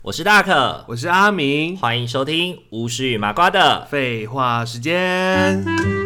我是大可， 我是阿明， 欢迎收听巫师与麻瓜的废话时间。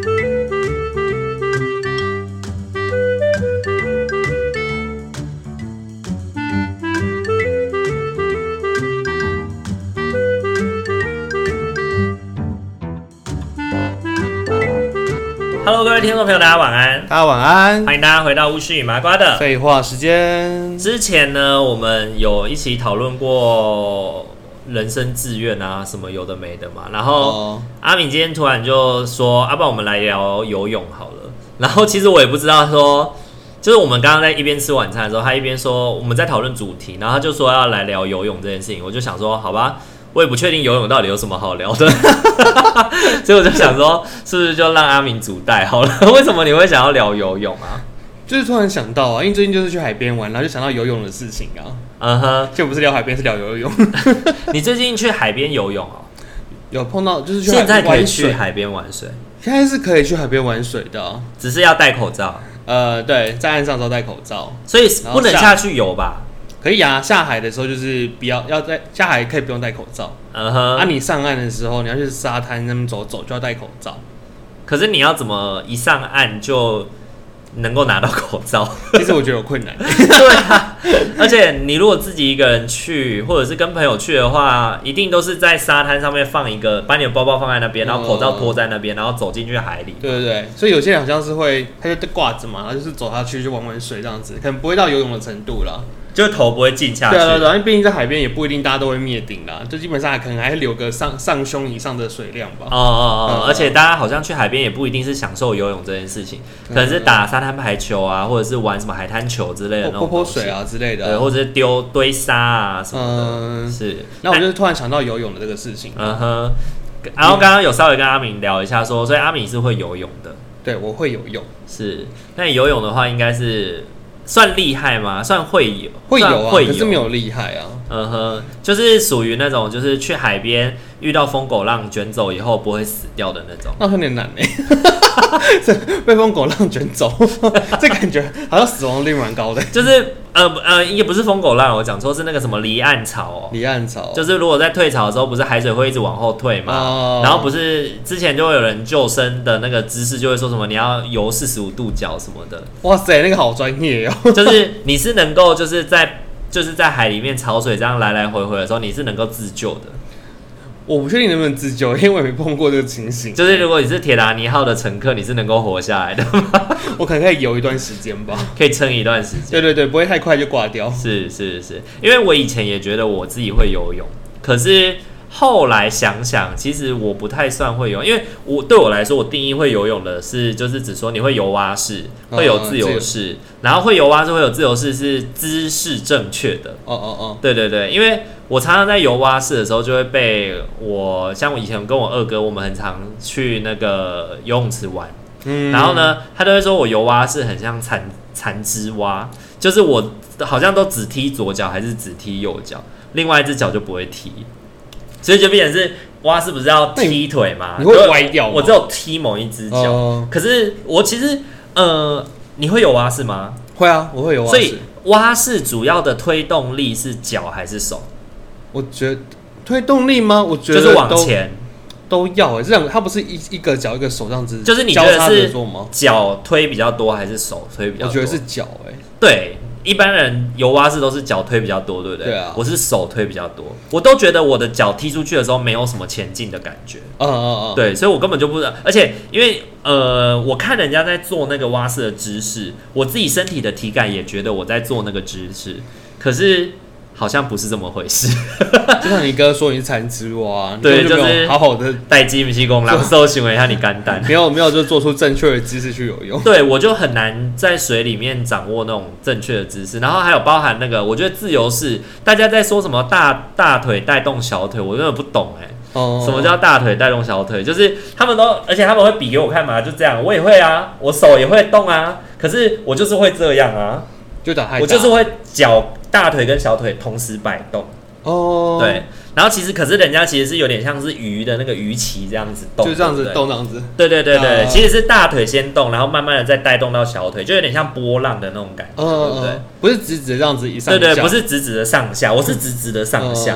Hello， 各位听众朋友，大家晚安。 大家晚安， 欢迎大家回到巫师与麻瓜的废话时间。 之前呢，我们有一起讨论过人生志愿啊，什么有的没的嘛。然后阿敏今天突然就说：“不然我们来聊游泳好了。”然后其实我也不知道说，就是我们刚刚在一边吃晚餐的时候，他一边说我们在讨论主题，然后他就说要来聊游泳这件事情。我就想说，好吧。我也不确定游泳到底有什么好聊的，所以我就想说，是不是就让阿明主带好了？为什么你会想要聊游泳啊？ 就是突然想到啊，因为最近就是去海边玩，然后就想到游泳的事情啊。 嗯哼， 就不是聊海边，是聊游泳。 你最近去海边游泳哦？ 有碰到，就是去现在可以去海边玩水， 现在是可以去海边玩水的啊， 只是要戴口罩。 对，在岸上的时候戴口罩， 所以不能下去游吧？ 可以啊，下海的时候就是要在下海可以不用戴口罩。你上岸的时候，你要去沙滩那边走走，就要戴口罩。 可是你要怎么一上岸就能够拿到口罩？ 其实我觉得有困难。 对啊，而且你如果自己一个人去，或者是跟朋友去的话，一定都是在沙滩上面放一个，把你的包包放在那边，然后口罩拖在那边，然后走进去海里。 对对对，所以有些人好像是会，他就挂着嘛，然后就是走下去就玩玩水这样子，可能不会到游泳的程度啦。 就头不会浸下去。 对，因为毕竟在海边也不一定大家都会灭顶啦，就基本上可能还留个上胸以上的水量吧。 而且大家好像去海边也不一定是享受游泳这件事情，可能是打沙滩排球啊，或者是玩什么海滩球之类的那种泼水啊之类的， 对，或者是堆沙啊什么的。是。 那我就突然想到游泳的这个事情。 然后刚刚有稍微跟阿明聊一下说，所以阿明是会游泳的。 对，我会游泳。 是。那你游泳的话，应该是。算厉害吗？算会游啊，可是没有厉害啊。 就是属于那种，就是去海边遇到疯狗浪卷走以后不会死掉的那种。 那有点难被疯狗浪卷走，这感觉好像死亡率蛮高的。 就是也不是疯狗浪，我讲错是那个什么离岸潮哦。 离岸潮就是如果在退潮的时候，不是海水会一直往后退嘛？然后不是之前就会有人救生的那个姿势，就会说什么你要游45度角什么的。 哇塞，那个好专业哦。 就是你是能够就是在海里面潮水这样来来回回的时候，你是能够自救的。 我不确定能不能自救，因为我也没碰过这个情形。 就是如果你是铁达尼号的乘客，你是能够活下来的吗？ 我可能可以游一段时间吧， 可以撑一段时间。 对，不会太快就挂掉。 是，因为我以前也觉得我自己会游泳，可是后来想想，其实我不太算会游泳，因为对我来说，我定义会游泳的是，就是指说你会游蛙式，会有自由式，然后会游蛙式、会有自由式是姿势正确的。对，因为我常常在游蛙式的时候，就会被像我以前跟我二哥，我们很常去那个游泳池玩，然后呢，他都会说我游蛙式很像残肢蛙，就是我好像都只踢左脚还是只踢右脚，另外一只脚就不会踢。所以就变成是蛙式不是要踢腿吗？ 你会歪掉吗？ 我只有踢某一只脚。可是我其实你会有蛙式吗？ 会啊，我会有蛙式。 所以蛙式主要的推动力是脚还是手？ 我觉得推动力吗？我觉得就是往前都要这样，它不是一个脚一个手这样子。 就是你觉得是脚推比较多还是手推比较多？ 我觉得是脚对。一般人游蛙式都是脚推比较多，对不对？ 对啊， 我是手推比较多。我都觉得我的脚踢出去的时候没有什么前进的感觉。对，所以我根本就不知道。而且因为我看人家在做那个蛙式的姿势，我自己身体的体感也觉得我在做那个姿势，可是好像不是这么回事。 就像你哥说你是残肢蛙， 对，就是好好的带基不是公狼兽行为一下你肝胆， 没有就做出正确的姿势去游泳。 对，我就很难在水里面掌握那种正确的姿势，然后还有包含那个，我觉得自由式，大家在说什么大腿带动小腿，我根本不懂什么叫大腿带动小腿？就是而且他们会比给我看嘛，就这样，我也会啊，我手也会动啊，可是我就是会这样啊，我就是会大腿跟小腿同时摆动。对，然后可是人家其实是有点像是鱼的那个鱼鳍这样子动， 就这样子动这样子。 对，其实是大腿先动，然后慢慢的再带动到小腿，就有点像波浪的那种感觉，对不对？ 不是直直这样子一上下。 对，不是直直的上下，我是直直的上下。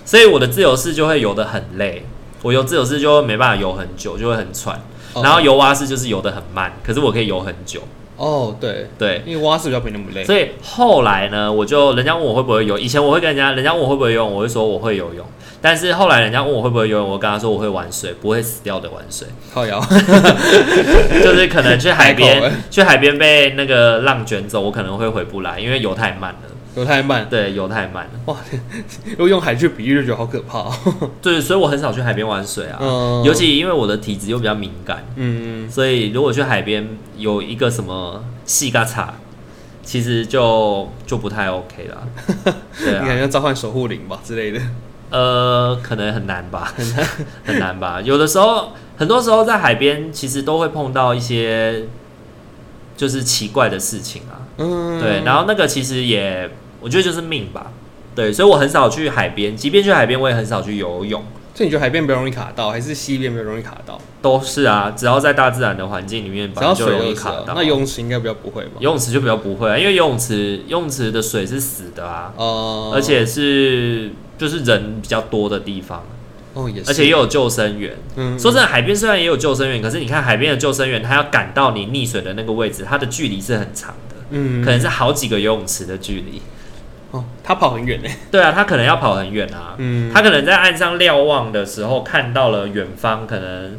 所以我的自由式就会游得很累，我游自由式就没办法游很久，就会很喘。然后游蛙式就是游得很慢，可是我可以游很久。 哦，对，因为蛙式比较没那么累。 所以后来呢，人家问我会不会游，以前我会跟人家问我会不会游泳，我会说我会游泳。但是后来人家问我会不会游泳，我跟他说我会玩水，不会死掉的玩水。 靠腰， 就是可能去海边被那个浪卷走，我可能会回不来，因为游太慢了。 游太慢， 对，游太慢了。 哇，如果用海去比喻就觉得好可怕哦。 对，所以我很少去海边玩水啊，尤其因为我的体质又比较敏感，所以如果去海边有一个什么细嘎嚓，其实就不太 OK 啦。对啊， 你可能要召唤守护灵吧之类的。 可能很难吧，很难吧。有的时候，很多时候在海边其实都会碰到一些就是奇怪的事情啊。对，然后那个其实我觉得就是命吧。对，所以我很少去海边，即便去海边，我也很少去游泳。 所以你觉得海边比较容易卡到，还是溪边比较容易卡到？ 都是啊，只要在大自然的环境里面， 只要就容易卡到。 那游泳池应该比较不会吧？ 游泳池就比较不会啊，因为游泳池的水是死的啊，而且就是人比较多的地方。 也是， 而且也有救生员。说真的，海边虽然也有救生员，可是你看海边的救生员，他要赶到你溺水的那个位置，他的距离是很长的，可能是好几个游泳池的距离。 他跑很远呢。 对啊，他可能要跑很远啊。他可能在岸上瞭望的时候，看到了远方可能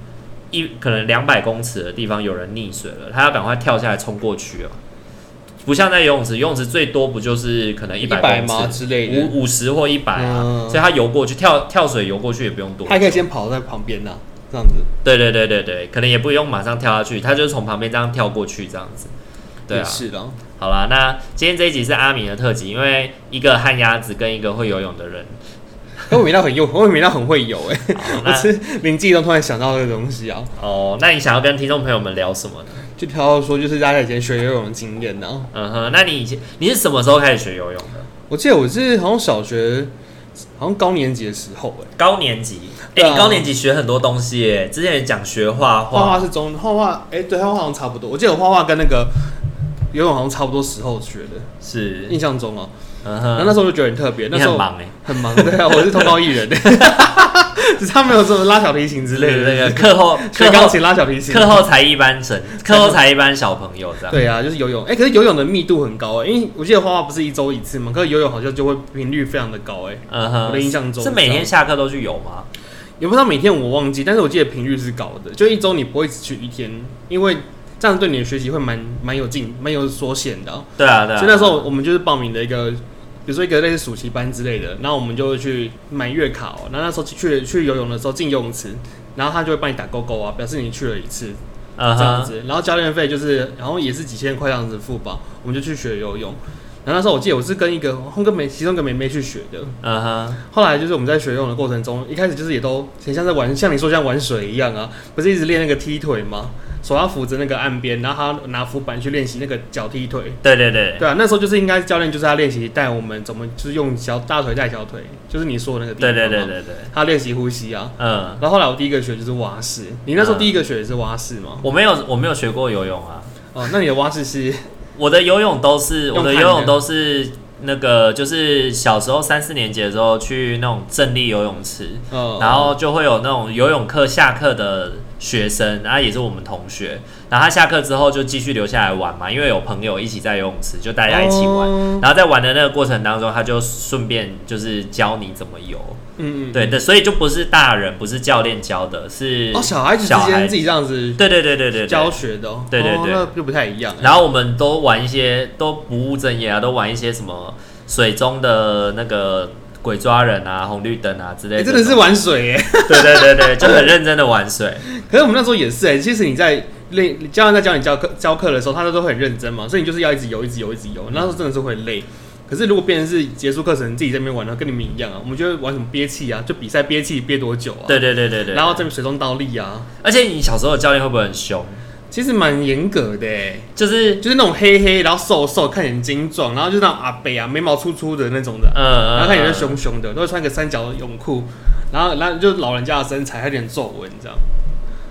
200公尺的地方有人溺水了，他要赶快跳下来冲过去了。不像在游泳池最多不就是可能100公尺之类的 ，50或100啊，所以他游过去跳水游过去也不用多久， 他可以先跑在旁边啊，这样子。 对，可能也不用马上跳下去，他就是从旁边这样跳过去这样子。对啊， 是的。 好啦，那今天这一集是阿明的特辑，因为一个旱鸭子跟一个会游泳的人。 我以为他很会游我是灵机一动突然想到这个东西啊。 那你想要跟听众朋友们聊什么呢？ 就聊到说，就是大家以前学游泳的经验呢。 那你是什么时候开始学游泳的？ 我记得我是好像小学，好像高年级的时候高年级，你高年级学很多东西耶。之前讲学画画是画画，对，画画好像差不多。我记得我画画跟那个游泳好像差不多时候学的， 是印象中然后那时候就觉得很特别，那时候很忙很忙，对啊，我是通告艺人，只是他没有什么拉小提琴之类的， 那个课后钢琴拉小提琴， 课后才艺班小朋友这样。 对啊，就是游泳，可是游泳的密度很高因为我记得画画不是1周1次嘛，可是游泳好像就会频率非常的高我的印象中是每天下课都去游吗？ 也不知道每天我忘记，但是我记得频率是高的，就1周你不会只去1天，因为这样对你的学习会蛮有所显的。 对啊。 所以那时候我们就是报名的一个，比如说一个类似暑期班之类的，然后我们就会去买月卡然后那时候去游泳的时候进游泳池，然后他就会帮你打勾勾表示你去了1次，这样子。然后教练费就是然后也是几千块这样子付吧，我们就去学游泳。然后那时候我记得我是跟其中一个妹妹去学的。后来就是我们在学游泳的过程中，一开始就是也都很像在玩，像你说像玩水一样啊，不是一直练那个踢腿吗？手要扶着那个岸边，然后他拿浮板去练习那个脚踢腿。 对啊，那时候就是应该教练就是要练习带我们怎么就是用大腿带小腿，就是你说的那个地方。 对。 他练习呼吸啊。然后后来我第一个学就是蛙式，你那时候第一个学也是蛙式吗？ 我没有学过游泳啊。 那你的蛙式是？ 我的游泳都是那个，就是小时候3、4年级的时候去那种正立游泳池，然后就会有那种游泳课下课的学生，然后也是我们同学，然后他下课之后就继续留下来玩嘛，因为有朋友一起在游泳池，就大家一起玩，然后在玩的那个过程当中，他就顺便就是教你怎么游。对，所以就不是大人，不是教练教的，是小孩子之间自己这样子， 对教学的， 对， 那就不太一样。 然后我们都玩一些，都不务正业啊，都玩一些什么水中的那个鬼抓人啊、红绿灯啊之类的， 真的是玩水耶。 对，就很认真的玩水。 可是我们那时候也是其实你在教练在教你教课的时候，他都会很认真嘛，所以你就是要一直游，那时候真的是会累。可是如果变成是结束课程自己在那边玩，跟你们一样啊，我们就会玩什么憋气啊，就比赛憋气憋多久啊？ 对， 然后在水中倒立啊。 而且你小时候的教练会不会很凶？ 其实蛮严格的就是那种黑，然后瘦，看起来很精壮，然后就是那种阿伯啊，眉毛粗粗的那种的，然后看起来凶凶的，都会穿个3角泳裤，然后就老人家的身材，还有点皱纹这样。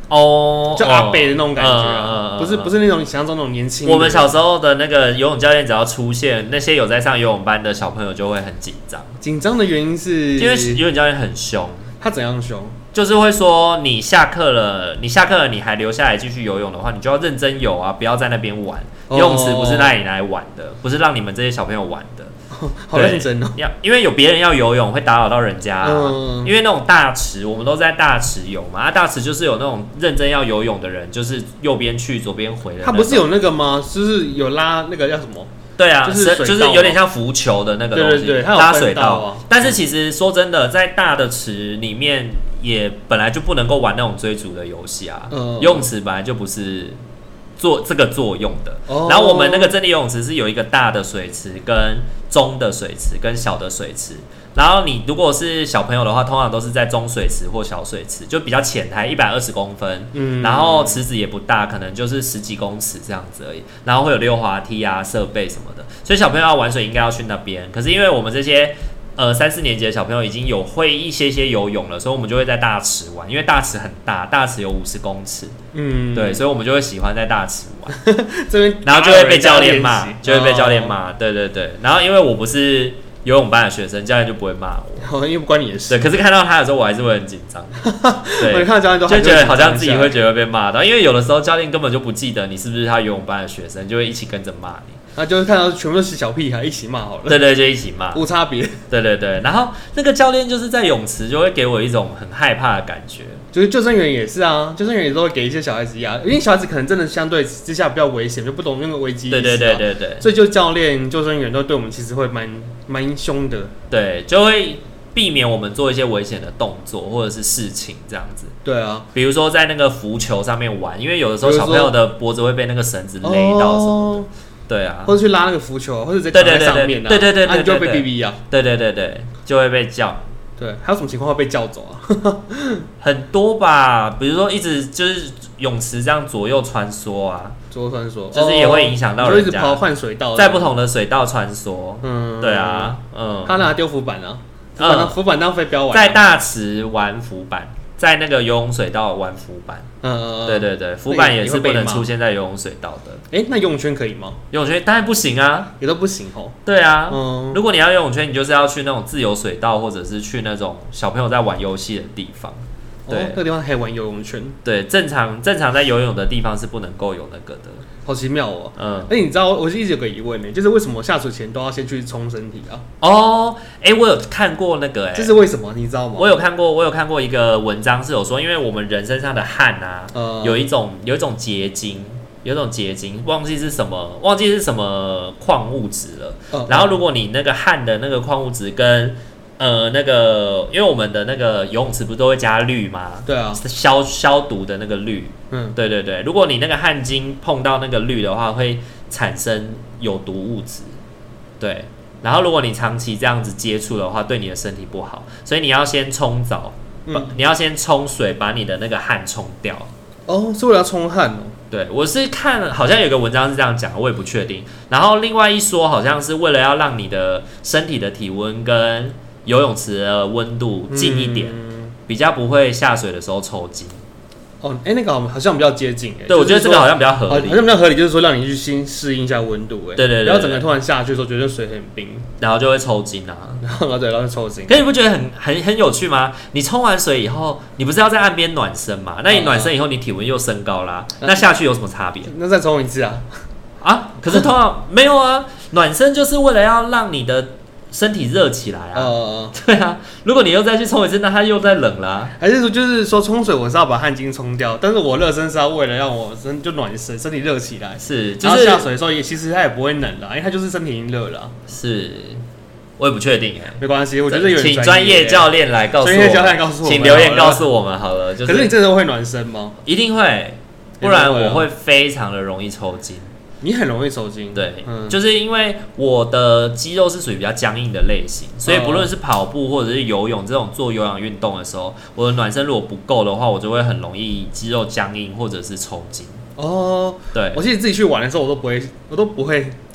哦， 就阿伯的那种感觉啊，不是那种想象中那种年轻。 我们小时候的那个游泳教练只要出现，那些有在上游泳班的小朋友就会很紧张。 紧张的原因是因为游泳教练很凶。 他怎样凶？ 就是会说你下课了，你还留下来继续游泳的话，你就要认真游啊，不要在那边玩。游泳池不是让你来玩的，不是让你们这些小朋友玩的。 好认真哦！ 因为有别人要游泳，会打扰到人家啊。因为那种大池，我们都在大池游嘛。大池就是有那种认真要游泳的人，就是右边去左边回的。 他不是有那个吗？就是有拉那个叫什么？ 对啊，就是有点像浮球的那个东西， 对， 拉水道。但是其实说真的，在大的池里面，也本来就不能够玩那种追逐的游戏啊。游泳池本来就不是做这个作用的。然后我们那个真理游泳池是有一个大的水池、跟中的水池、跟小的水池。然后你如果是小朋友的话，通常都是在中水池或小水池，就比较浅台，120公分。然后池子也不大，可能就是10几公尺这样子而已。然后会有溜滑梯啊、设备什么的，所以小朋友要玩水应该要去那边。可是因为我们这些3、4年级的小朋友已经有会一些游泳了，所以我们就会在大池玩，因为大池很大，大池有50公尺。对，所以我们就会喜欢在大池玩。 这边然后就会被教练骂，对对对。然后因为我不是游泳班的学生，教练就不会骂我， 因为不关你的事。 对，可是看到他的时候，我还是会很紧张。对， 我看到教练都就觉得好像自己会觉得被骂到，因为有的时候教练根本就不记得你是不是他游泳班的学生，就会一起跟着骂你。 那就是看到全部都是小屁孩一起骂好了。 对对，就一起骂， 无差别。 对对对，然后那个教练就是在泳池就会给我一种很害怕的感觉。 就是救生员也是啊，救生员也都会给一些小孩子压，因为小孩子可能真的相对之下比较危险，就不懂那个危机意识。对，所以就教练、救生员都对我们其实会蛮凶的。 对，就会避免我们做一些危险的动作或者是事情这样子。 对啊， 比如说在那个浮球上面玩，因为有的时候小朋友的脖子会被那个绳子勒到什么的。对啊， 或者去拉那个浮球，或者直接躺在上面啊， 对， 你就会被哔哔啊。 对，就会被叫。 对，还有什么情况会被叫走啊？ 很多吧，比如说一直就是泳池这样左右穿梭啊，就是也会影响到人家， 就一直跑换水道， 在不同的水道穿梭。对啊， 他拿丢浮板啊，浮板当飞镖玩， 在大池玩浮板。在那个游泳水道玩浮板，对，浮板也是不能出现在游泳水道的。 那游泳圈可以吗？ 游泳圈当然不行啊， 也都不行哦。 对啊，如果你要游泳圈，你就是要去那种自由水道，或者是去那种小朋友在玩游戏的地方。对， 那个地方可以玩游泳圈。 对，正常在游泳的地方是不能够有那个的。 好奇妙哦。你知道，我一直有个疑问呢，就是为什么下水前都要先去冲身体啊？ 我有看过那个， 这是为什么？你知道吗？ 我有看过一个文章是有说，因为我们人身上的汗啊，有一种结晶。忘记是什么矿物质了。然后如果你那个汗的那个矿物质跟那个，因为我们的那个游泳池不是都会加氯吗？ 对啊， 消毒的那个氯。对，如果你那个汗巾碰到那个氯的话，会产生有毒物质。对，然后如果你长期这样子接触的话，对你的身体不好，所以你要先冲澡，你要先冲水把你的那个汗冲掉。 是为了要冲汗哦。 对，我是看好像有个文章是这样讲，我也不确定。然后另外一说，好像是为了要让你的身体的体温跟游泳池的温度近一点，比较不会下水的时候抽筋。 那个好像比较接近。 对，我觉得这个好像比较合理， 就是说让你去先适应一下温度。 对， 不要整个突然下去的时候觉得水很冰， 然后就会抽筋啊。 然后就抽筋。 可是你不觉得很有趣吗？你冲完水以后，你不是要在岸边暖身嘛？那你暖身以后，你体温又升高啦，那下去有什么差别？ 那再冲一次啊？ 可是通常没有啊，暖身就是为了要让你的身体热起来啊。对啊，如果你又再去冲一次，那它又在冷啦。 还是说就是说冲水我是要把汗巾冲掉，但是我热身是要为了让我暖身，身体热起来。 是， 然后下水的时候其实它也不会冷啦，因为它就是身体已经热了。 是，我也不确定没关系，我觉得有请专业教练来告诉我们，请留言告诉我们好了。可是你真的会暖身吗？ 一定会，不然我会非常的容易抽筋。 你很容易抽筋， 对，就是因为我的肌肉是属于比较僵硬的类型，所以不论是跑步或者是游泳这种做有氧运动的时候，我的暖身如果不够的话，我就会很容易肌肉僵硬或者是抽筋。 对，我其实自己去玩的时候，我都不会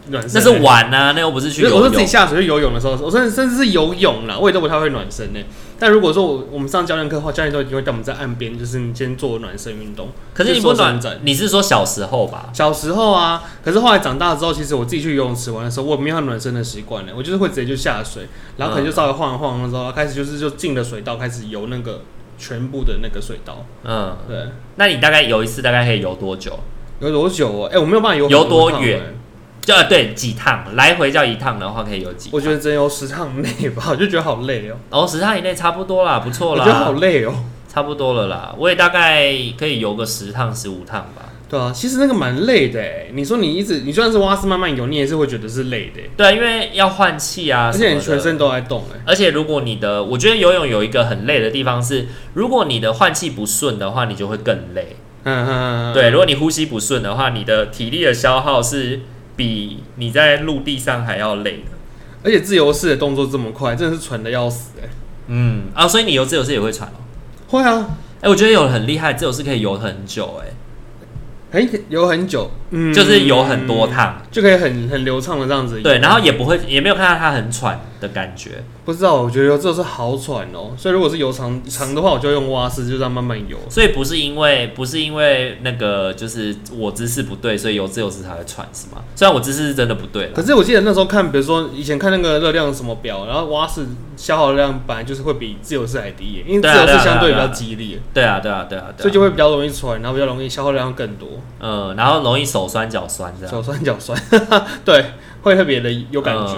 暖身， 那是玩啊，那又不是去游泳。 我是自己下水去游泳的时候，我甚至是游泳啦，我也都不太会暖身呢。但如果说我们上教练课的话，教练都一定会带我们在岸边，就是你先做暖身运动。 可是你不暖，你是说小时候吧？ 小时候啊，可是后来长大之后，其实我自己去游泳池玩的时候，我没有暖身的习惯呢，我就是会直接就下水，然后可能就稍微晃一晃的时候，开始就进了水道，开始游那个全部的那个水道。对。 那你大概游一次大概可以游多久？ 游多久哦？我没有办法游多远？对，几趟来回叫一趟的话，可以游几趟？ 我觉得只有10趟内吧，我就觉得好累哦。 10趟以内差不多啦，不错啦。 我觉得好累哦， 差不多了啦。我也大概可以游个10趟、15趟吧。 对啊，其实那个蛮累的哎。你说你就算是蛙式慢慢游，你也是会觉得是累的。 对啊，因为要换气啊， 而且你全身都在动哎。 而且如果我觉得游泳有一个很累的地方是，如果你的换气不顺的话，你就会更累。对，如果你呼吸不顺的话，你的体力的消耗是比你在陆地上还要累的。 而且自由式的动作这么快，真的是喘的要死哎。 所以你游自由式也会喘哦？ 会啊。 我觉得有很厉害，自由式可以游很久哎。 游很久， 就是游很多趟， 就可以很流畅的这样子。 对，然后也没有看到他很喘的感觉。 不知道，我觉得游这是好喘哦。所以如果是游长的话，我就用蛙式，就这样慢慢游。 所以不是因为那个就是我姿势不对，所以游自由式才会喘是吗？虽然我姿势是真的不对啦。 可是我记得那时候看，比如说以前看那个热量什么表，然后蛙式消耗量本来就是会比自由式还低，因为自由式相对比较激烈。 对啊， 所以就会比较容易喘，然后比较容易消耗量更多。 然后容易手酸脚酸这样。 手酸脚酸，对，会特别的有感觉。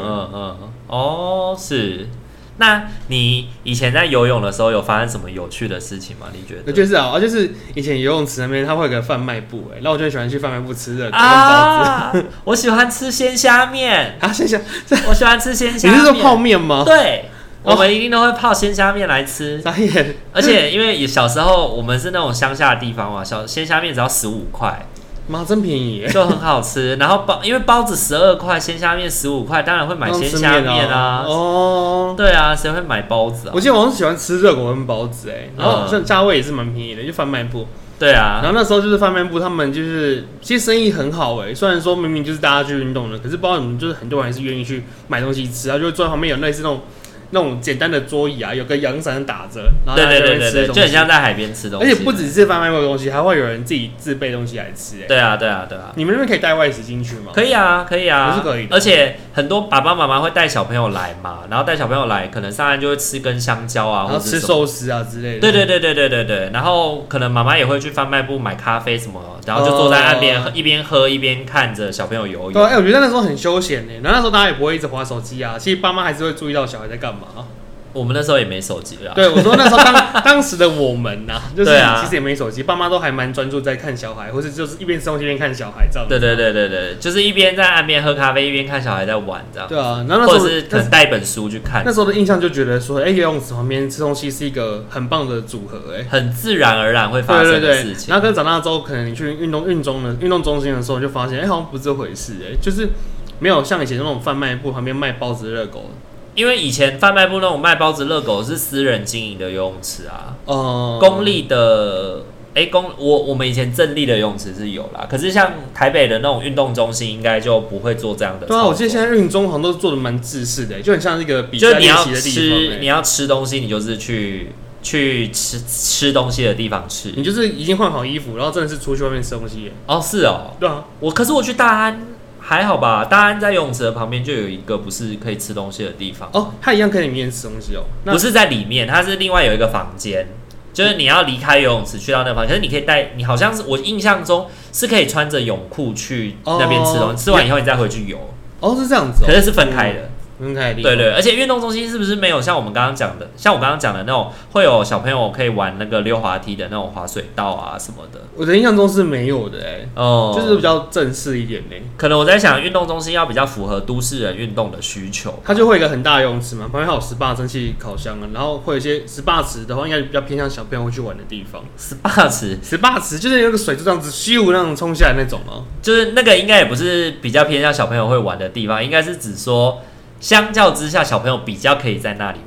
是。那你以前在游泳的时候有发生什么有趣的事情吗？你觉得？ 就是以前游泳池那边它会有个贩卖部然后我就很喜欢去贩卖部吃热狗跟包子。 我喜欢吃鲜虾面鲜虾， 我喜欢吃鲜虾面。 你是说泡面吗？ 对。我们一定都会泡鲜虾面来吃，而且因为小时候我们是那种乡下的地方嘛，鲜虾面只要15块， 妈真便宜耶， 就很好吃。然后因为包子12块，鲜虾面15块，当然会买鲜虾面啊。对啊，谁会买包子啊？ 我记得我很喜欢吃热狗跟包子然后价位也是蛮便宜的，就贩卖部。 对啊， 然后那时候就是贩卖部，他们就是其实生意很好虽然说明明就是大家去运动的，可是不知道怎么就是很多人还是愿意去买东西吃，就会坐在旁边有类似那种简单的桌椅有个阳伞打着，然后在那边吃东西， 就很像在海边吃东西。 而且不只是贩卖部的东西，还会有人自己自备东西来吃对啊。 你们那边可以带外食进去吗？ 可以啊， 不是可以的。 而且很多爸爸妈妈会带小朋友来嘛，然后带小朋友来，可能上岸就会吃根香蕉啊， 然后吃寿司啊之类的。 对。然后可能妈妈也会去贩卖部买咖啡什么，然后就坐在岸边一边喝一边看着小朋友游泳。 对，我觉得那时候很休闲然后那时候大家也不会一直滑手机其实爸妈还是会注意到小孩在干嘛。 我们那时候也没手机啦。 对，我说那时候当时的我们就是其实也没手机，爸妈都还蛮专注在看小孩，或是就是一边吃东西一边看小孩这样子。 对，就是一边在岸边喝咖啡，一边看小孩在玩这样。 对啊，然后那时候或者是可能带一本书去看。 那时候的印象就觉得说，游泳池旁边吃东西是一个很棒的组合， 很自然而然会发生的事情。 然后跟长大之后，可能你去运动中心的时候，就发现好像不是这回事就是没有像以前那种贩卖部旁边卖包子热狗。 因为以前贩卖部那种卖包子热狗是私人经营的游泳池公立的我们以前正立的游泳池是有啦，可是像台北的那种运动中心应该就不会做这样的操作。 对啊，我记得现在运中好像都做的蛮制式的，就很像一个比赛练习的地方。 你要吃东西，你就是去吃东西的地方吃。 你就是已经换好衣服，然后真的是出去外面吃东西。 是哦。 对啊， 可是我去大安。还好吧，大安在游泳池的旁边就有一个不是可以吃东西的地方它一样可以里面吃东西不是在里面，它是另外有一个房间，就是你要离开游泳池去到那个房间，可是你可以你好像是我印象中是可以穿着泳裤去那边吃东西，吃完以后你再回去游是这样子可是是分开的。 对， 而且运动中心是不是没有像我刚刚讲的那种会有小朋友可以玩那个溜滑梯的那种滑水道啊什么的？ 我的印象中是没有的就是比较正式一点可能我在想，运动中心要比较符合都市人运动的需求， 它就会有一个很大的游泳池嘛，旁边还有SPA蒸汽烤箱然后会有一些SPA池的话，应该比较偏向小朋友会去玩的地方。SPA池就是有个水就这样子咻那样冲下来那种就是那个应该也不是比较偏向小朋友会玩的地方，应该是指说。相较之下，小朋友比较可以在那里玩。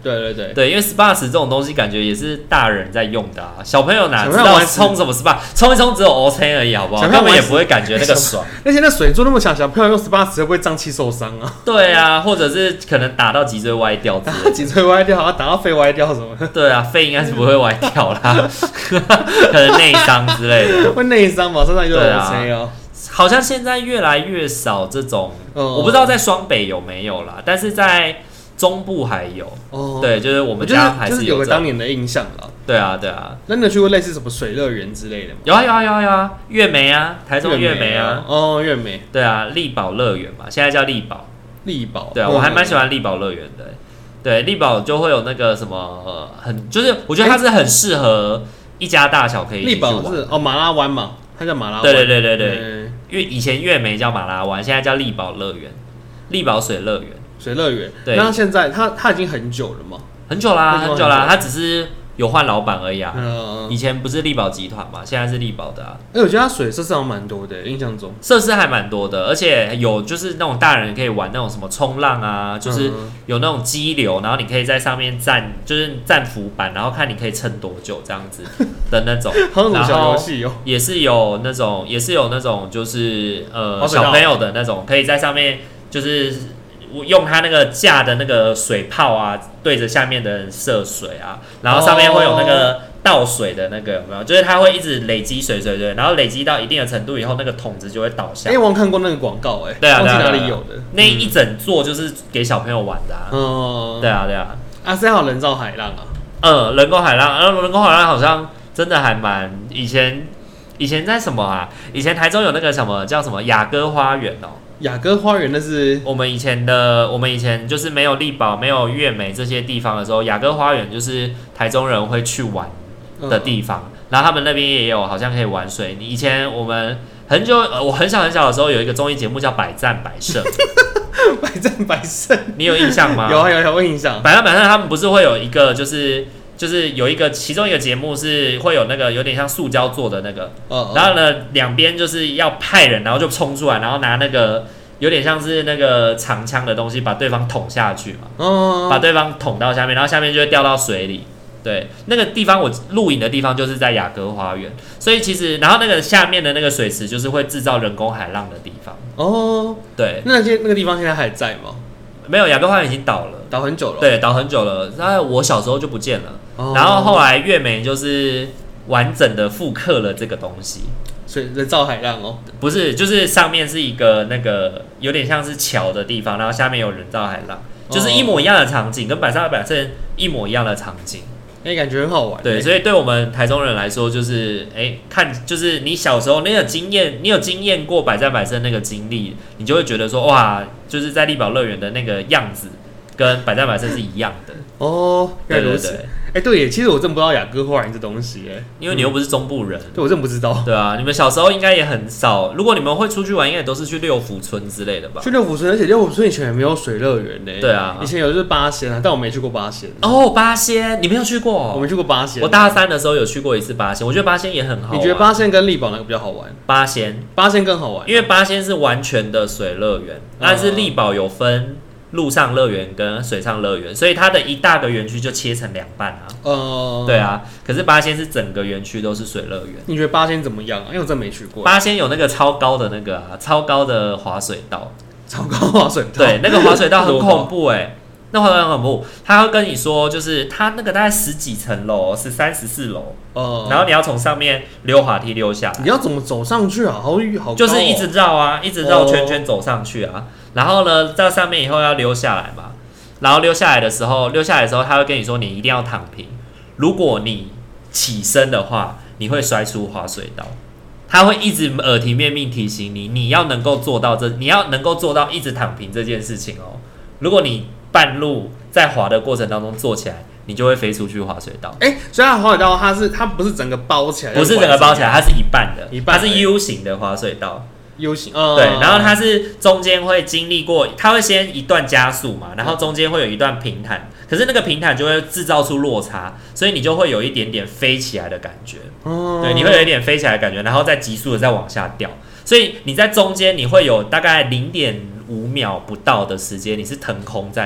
对，因为 SPA 池这种东西感觉也是大人在用的啊，小朋友哪知道冲什么 SPA， 冲一冲只有 OK 而已，好不好？根本也不会感觉那个爽。 而且那水柱那么强，小朋友用 SPA 池会不会胀气受伤啊？ 对啊，或者是可能打到脊椎歪掉之类的， 打到脊椎歪掉，打到肺歪掉什么的。 对啊，肺应该是不会歪掉啦，可能内伤之类的。 会内伤吧？身上就有 OK 哦。 好像现在越来越少这种，我不知道在双北有没有啦，但是在中部还有。对，就是我们家还是有个当年的印象啦。 对啊。 那你有去过类似什么水乐园之类的吗？ 有啊，月梅啊，台中月梅啊。 月梅。 对啊，力宝乐园嘛，现在叫力宝。对啊，我还蛮喜欢力宝乐园的。对，力宝就会有那个什么就是我觉得它是很适合一家大小可以一起去玩。力宝是马拉湾嘛，它叫马拉湾。 对。因为以前月梅叫马拉湾，现在叫力宝乐园，力宝水乐园。对， 那现在它已经很久了吗？ 很久啦，它只是有换老板而已啊。以前不是力宝集团嘛，现在是力宝的啊。 我觉得它水设施还蛮多的，印象中设施还蛮多的，而且有就是那种大人可以玩那种什么冲浪啊，就是有那种激流，然后你可以在上面就是站浮板，然后看你可以撑多久这样子的那种。 然后也是有那种就是小朋友的那种，可以在上面就是用它那个架的那个水炮啊，对着下面的人射水啊，然后上面会有那个倒水的那个，有没有？就是它会一直累积水，然后累积到一定的程度以后，那个桶子就会倒下。 我看过那个广告， 对啊， 忘记哪里有的。 那一整座就是给小朋友玩的啊。对啊。 现在有人造海浪啊。 人工海浪好像真的还蛮以前在什么啊？以前台中有那个什么叫什么雅歌花园哦。 雅歌花园那是我们以前就是没有力宝、没有月美这些地方的时候，雅歌花园就是台中人会去玩的地方。然后他们那边也有好像可以玩水。以前我们我很小的时候有一个综艺节目叫《百战百胜》。 百战百胜， 你有印象吗？ 有我印象。 百战百胜他们不是会有一个就是有一个其中一个节目是会有那个有点像塑胶做的那个，然后呢两边就是要派人，然后就冲出来，然后拿那个有点像是那个长枪的东西把对方捅下去嘛，把对方捅到下面，然后下面就会掉到水里。对，那个地方我录影的地方就是在雅阁花园，所以其实然后那个下面的那个水池就是会制造人工海浪的地方。对， 那个地方现在还在吗？ 没有，雅阁花园已经倒了， 倒很久了。 对，倒很久了。然后我小时候就不见了，然后后来月美就是完整的复刻了这个东西。 所以人造海浪不是，就是上面是一个那个有点像是桥的地方，然后下面有人造海浪，就是一模一样的场景，跟百战百胜一模一样的场景。 感觉很好玩。 对，所以对我们台中人来说，就是看，就是你小时候那个经验，你有经验过百战百胜那个经历，你就会觉得说，哇，就是在力宝乐园的那个样子，跟百战百胜是一样的。 原来如此。对耶，其实我真不知道雅歌花园这东西因为你又不是中部人。 对，我真不知道。 对啊，你们小时候应该也很少，如果你们会出去玩，应该也都是去六福村之类的吧？ 去六福村，而且六福村以前也没有水乐园呢。 对啊， 以前有就是八仙但我没去过八仙。 八仙，你没有去过？ 我没去过八仙。 我大三的时候有去过一次八仙，我觉得八仙也很好玩。 你觉得八仙跟力宝哪个比较好玩？ 八仙更好玩， 因为八仙是完全的水乐园，但是力宝有分陆上乐园跟水上乐园，所以它的一大个园区就切成两半啊。对啊，可是八仙是整个园区都是水乐园。 你觉得八仙怎么样因为我真没去过。 八仙有那个超高的那个超高的滑水道。 超高滑水道。 对，那个滑水道很恐怖那滑水道很恐怖，他会跟你说，就是他那个大概10几层楼，13、14楼。然后你要从上面溜滑梯溜下来。 你要怎么走上去啊？好高就是一直绕一直绕圈圈走上去啊。然后呢，到上面以后要溜下来嘛。然后溜下来的时候，他会跟你说，你一定要躺平。如果你起身的话，你会摔出滑水道。他会一直耳提面命提醒你，你要能够做到一直躺平这件事情如果你半路在滑的过程当中坐起来，你就会飞出去滑水道。 所以它滑水道它不是整个包起来， 不是整个包起来，它是一半的，它是 U 型的滑水道。 U 型， 对，然后它是中间会经历过，它会先一段加速嘛，然后中间会有一段平坦，可是那个平坦就会制造出落差，所以你就会有一点点飞起来的感觉。对，你会有一点飞起来的感觉，然后再急速的再往下掉，所以你在中间你会有大概0.5秒不到的时间，你是腾空在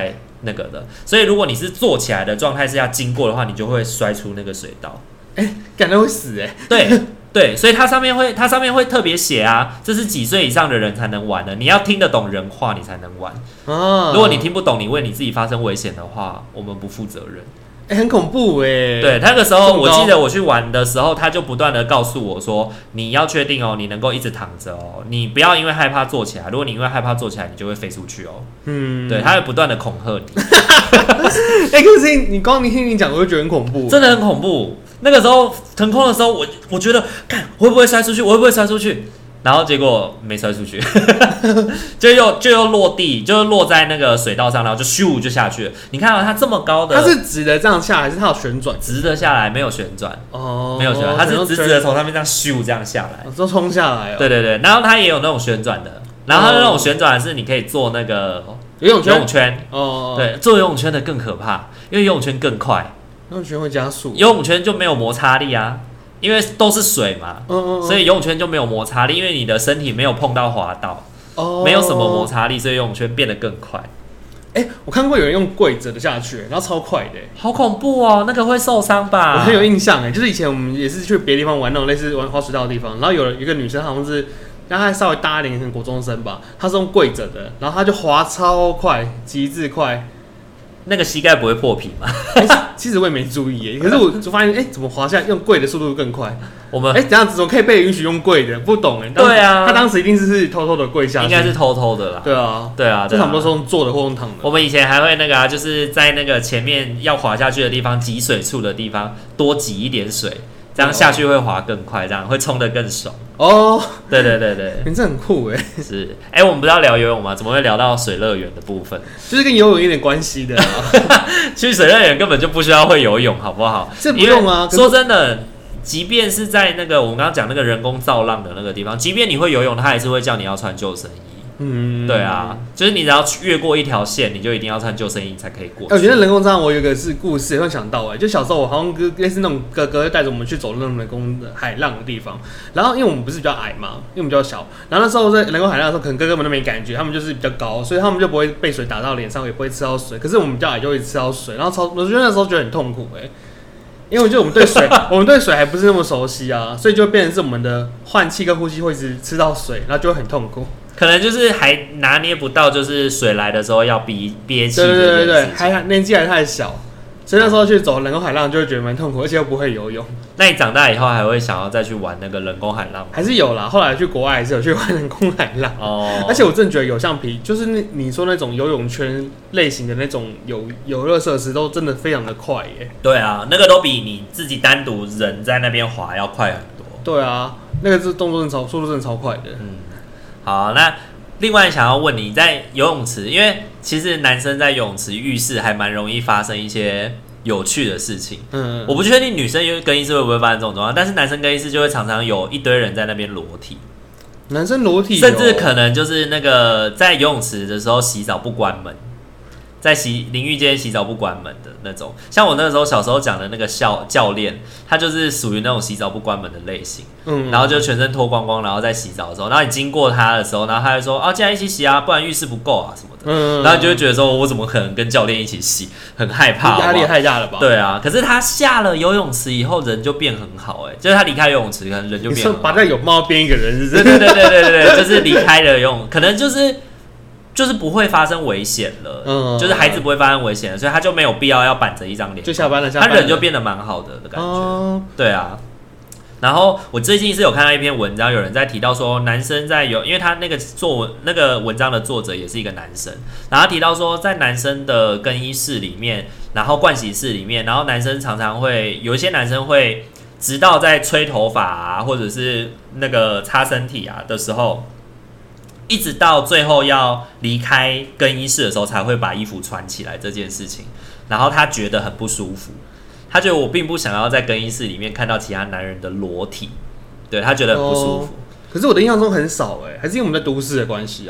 那个的。所以如果你是坐起来的状态是要经过的话，你就会摔出那个水道。 感觉会死对对，所以它上面会特别写啊，这是几岁以上的人才能玩的，你要听得懂人话你才能玩。如果你听不懂，你为你自己发生危险的话，我们不负责任。 很恐怖对，那个时候我记得我去玩的时候，他就不断的告诉我说，你要确定你能够一直躺着你不要因为害怕坐起来，如果你因为害怕坐起来，你就会飞出去对，他会不断的恐吓你。 可是你听你讲，我就觉得很恐怖， 真的很恐怖。那个时候腾空的时候，我觉得，看会不会摔出去，我会不会摔出去？然后结果没摔出去，就又落地，就落在那个水道上，然后就咻就下去了。你看它这么高的， 它是直的这样下来，还是它有旋转？ 直的下来，没有旋转没有旋转，它是直的从上面这样咻这样下来， 都冲下来对对对，然后它也有那种旋转的，然后它那种旋转是你可以做那个游泳圈对，做游泳圈的更可怕，因为游泳圈更快， 游泳圈会加速， 游泳圈就没有摩擦力啊。因为都是水嘛，所以游泳圈就没有摩擦力，因为你的身体没有碰到滑道，没有什么摩擦力，所以游泳圈变得更快。 我看过有人用跪着的下去，然后超快的， 好恐怖哦，那个会受伤吧？ 我很有印象就是以前我们也是去别的地方玩那种类似玩滑水道的地方，然后有一个女生好像是，然后她稍微大一点，可能国中生吧，她是用跪着的，然后她就滑超快，极致快。 那个膝盖不会破皮吗？ 其实我也没注意可是我就发现，怎么滑下用跪的速度更快？ 我们这样子怎么可以被允许用跪的？不懂对啊， 他当时一定是偷偷的跪下去， 应该是偷偷的啦。 对啊， 对啊， 这差不多是用坐的或用躺的。 我们以前还会那个就是在那个前面要滑下去的地方，挤水处的地方多挤一点水。这样下去会滑更快，这样会冲得更爽。对对对对， 你这很酷是我们不是要聊游泳吗？怎么会聊到水乐园的部分？ 就是跟游泳有点关系的去水乐园根本就不需要会游泳，好不好？ 这不用啊。 说真的，即便是在那个我们刚刚讲那个人工造浪的那个地方，即便你会游泳，他还是会叫你要穿救生衣。对啊，就是你只要越过一条线，你就一定要穿救生衣才可以过去。 我觉得人工造浪，我有一个是故事，会想到就小时候我好像类似那种哥哥带着我们去走那种人工的海浪的地方，然后因为我们不是比较矮嘛，因为我们比较小，然后那时候在人工海浪的时候，可能哥哥们都没感觉，他们就是比较高，所以他们就不会被水打到脸上，也不会吃到水。可是我们比较矮就会吃到水，然后我觉得那时候觉得很痛苦因为我觉得我们对水，我们对水还不是那么熟悉啊，所以就变成是我们的换气跟呼吸会一直吃到水，然后就会很痛苦。 可能就是还拿捏不到，就是水来的时候要憋气。 对，还年纪还太小，所以那时候去走人工海浪就会觉得蛮痛苦，而且又不会游泳。 那你长大以后还会想要再去玩那个人工海浪吗？ 还是有啦，后来去国外还是有去玩人工海浪。而且我真的觉得有橡皮，就是你说那种游泳圈类型的那种游乐设施，都真的非常的快对啊，那个都比你自己单独人在那边滑要快很多。 对啊，那个动作速度真的超快的。 好，那另外想要问你，在游泳池，因为其实男生在游泳池浴室还蛮容易发生一些有趣的事情。我不确定女生更衣室会不会发生这种状况，但是男生更衣室就会常常有一堆人在那边裸体。 男生裸体， 甚至可能就是那个在游泳池的时候洗澡不关门，在淋浴间洗澡不关门的那种。像我那时候小时候讲的那个教练，他就是属于那种洗澡不关门的类型。然后就全身脱光光，然后在洗澡的时候，然后你经过他的时候，然后他就说既然一起洗啊，不然浴室不够啊什么的。然后你就会觉得说，我怎么可能跟教练一起洗？很害怕， 压力太大了吧？ 对啊，可是他下了游泳池以后，人就变很好就是他离开游泳池，可能人就变很好。 你说把那泳帽变一个人， 是不是？对，就是离开了游泳，可能就是不会发生危险了，就是孩子不会发生危险了，所以他就没有必要要板着一张脸， 就下班了， 他人就变得蛮好的感觉。对啊。然后我最近是有看到一篇文章，有人在提到说，男生在因为他那个文章的作者也是一个男生，然后他提到说，在男生的更衣室里面，然后盥洗室里面，然后男生常常会有一些男生会，直到在吹头发啊，或者是那个擦身体啊的时候，一直到最后要离开更衣室的时候，才会把衣服穿起来这件事情，然后他觉得很不舒服。他觉得我并不想要在更衣室里面看到其他男人的裸体，对他觉得很不舒服。 可是我的印象中很少还是因为我们在都市的关系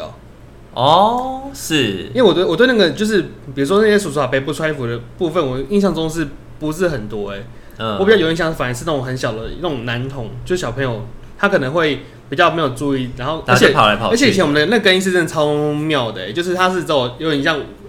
是因为我对那个就是比如说那些叔叔阿伯不穿衣服的部分，我印象中是不是很多我比较有印象反而是那种很小的那种男童，就是小朋友他可能会比较没有注意，然后而且跑来跑去， 而且以前我们的那更衣室真的超妙的就是它是有点像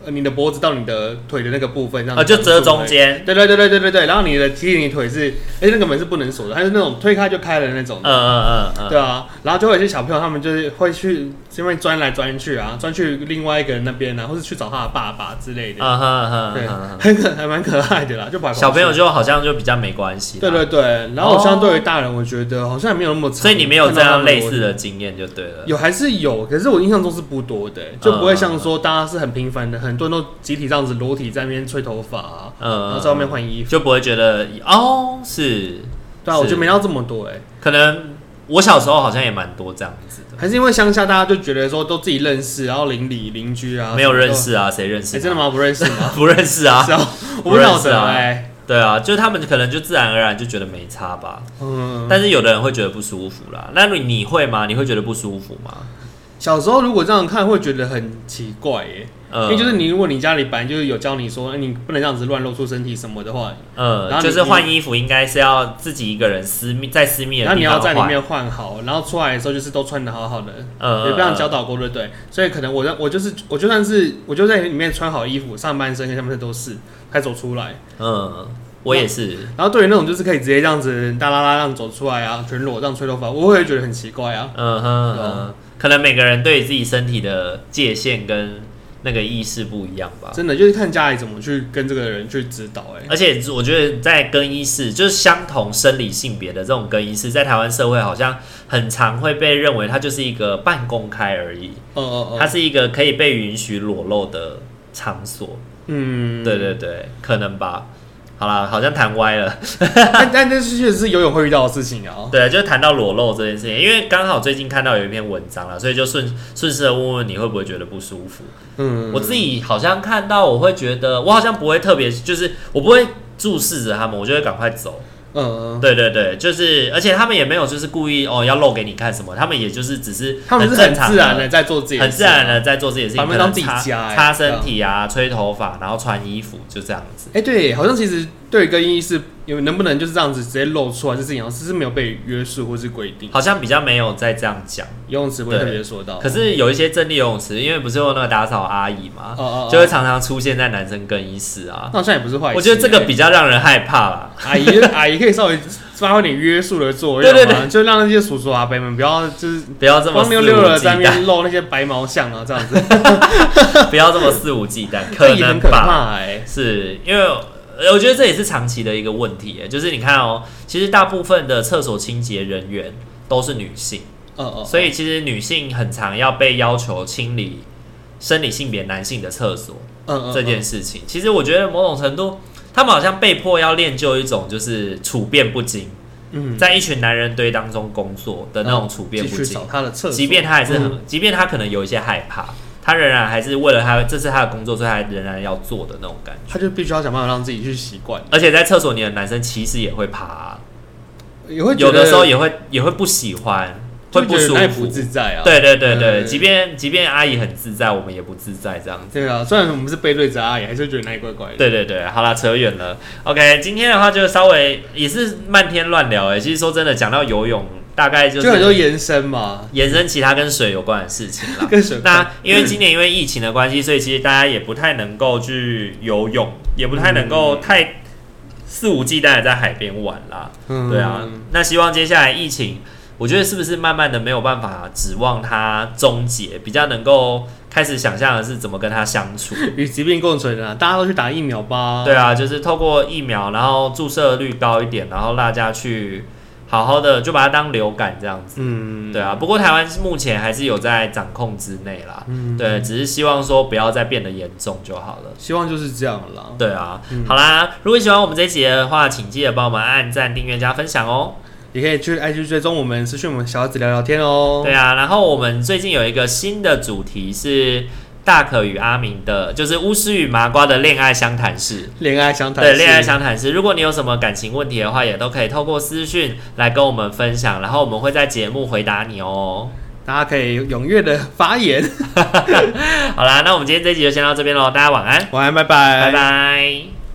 你的脖子到你的腿的那个部分，这样就遮中间。 对，然后其实你腿是，那个门是不能锁的，它是那种推开就开的那种。对啊，然后就会有些小朋友他们就是会去这边钻来钻去啊，钻去另外一个人那边啊，或是去找他的爸爸之类的。对，还蛮可爱的啦，就小朋友就好像就比较没关系。 对，然后相对于大人，我觉得好像也没有那么长。 所以你没有这样类似的经验就对了。 有还是有，可是我印象中是不多的，就不会像说大家是很频繁的，很多人都集体这样子裸体在那边吹头发啊，然后在外面换衣服， 就不会觉得是。 对啊，我觉得没到这么多可能我小时候好像也蛮多这样子的， 还是因为乡下大家就觉得说都自己认识，然后邻里邻居啊， 没有认识啊，谁认识？ 真的吗？不认识吗？ 不认识啊， 我不晓得对啊，就是他们可能就自然而然就觉得没差吧。但是有的人会觉得不舒服啦。那你会吗？你会觉得不舒服吗？ 小时候如果这样看，会觉得很奇怪因为就是如果你家里本来就是有教你说，你不能这样子乱露出身体什么的话， 然后就是换衣服应该是要自己一个人在私密的地方换， 然后你要在里面换好，然后出来的时候就是都穿得好好的，也不让教导过，对不对？所以可能我就在里面穿好衣服，上半身跟下半身都是，才走出来。 我也是。 然后对于那种就是可以直接这样子大拉拉这样走出来啊，全裸这样吹头发，我会觉得很奇怪啊。 可能每个人对自己身体的界限跟那个意识不一样吧。 真的就是看家里怎么去跟这个人去指导而且我觉得在更衣室，就是相同生理性别的这种更衣室，在台湾社会好像很常会被认为它就是一个半公开而已。它是一个可以被允许裸露的场所。对，可能吧。好啦，好像谈歪了。 但这确实是游泳会遇到的事情啊。 对，就是谈到裸露这件事情，因为刚好最近看到有一篇文章啦，所以就顺势的问问你会不会觉得不舒服。我自己好像看到，我会觉得我好像不会特别，就是我不会注视着他们，我就会赶快走。对，就是而且他们也没有就是故意要露给你看什么，他们也就是只是他们是很自然的在做自己的事， 很自然的在做自己的事情， 他们当自己家擦身体啊，吹头发，然后穿衣服，就这样子。 对，好像其实对更衣室能不能就是这样子直接露出来，这事情好像是没有被约束或是规定， 好像比较没有再这样讲。 游泳池不会特别说到， 可是有一些正立游泳池，因为不是有那个打扫阿姨嘛，就会常常出现在男生更衣室啊。 那好像也不是坏事。 我觉得这个比较让人害怕啦。 阿姨可以稍微发挥点约束的作用，对，就让那些叔叔阿伯们不要这么光溜溜的在那边露那些白毛象啊，这样子， 不要这么肆无忌惮， 可能吧？ 是因为我觉得这也是长期的一个问题，就是你看其实大部分的厕所清洁人员都是女性，所以其实女性很常要被要求清理生理性别男性的厕所，这件事情，其实我觉得某种程度，他们好像被迫要练就一种就是处变不惊，在一群男人堆当中工作的那种处变不惊，即便他还是即便他可能有一些害怕。他仍然还是为了这是他的工作，所以他仍然要做的那种感觉。 他就必须要想办法让自己去习惯。 而且在厕所里的男生其实也会怕， 也会有的时候也会不喜欢，会不舒服， 不自在啊。 对，即便阿姨很自在，我们也不自在这样子。 对啊，虽然我们是背对着阿姨，还是觉得那里怪怪的。 对，好啦，扯远了。OK， 今天的话就稍微也是漫天乱聊其实说真的，讲到游泳。大概就很多延伸嘛， 延伸其他跟水有关的事情啦。 跟水那因为今年因为疫情的关系，所以其实大家也不太能够去游泳，也不太能够太肆无忌惮的在海边玩啦。对啊，那希望接下来疫情，我觉得是不是慢慢的没有办法指望它终结，比较能够开始想象的是怎么跟它相处， 与疾病共存啊！大家都去打疫苗吧。 对啊，就是透过疫苗，然后注射率高一点，然后大家去。好好的就把它当流感这样子，对啊。不过台湾目前还是有在掌控之内啦，对，只是希望说不要再变得严重就好了。 希望就是这样啦。 对啊，好啦，如果喜欢我们这一集的话，请记得帮我们按赞、订阅、加分享哦。 也可以去 IG 追踪我们，私讯我们小子聊聊天哦。 对啊，然后我们最近有一个新的主题是。大可与阿明的，就是巫师与麻瓜的恋爱相谈室。恋爱相谈室。如果你有什么感情问题的话，也都可以透过私讯来跟我们分享，然后我们会在节目回答你哦。 大家可以踊跃的发言。 好啦，那我们今天这一集就先到这边喽，大家晚安。 晚安，拜拜， 拜拜。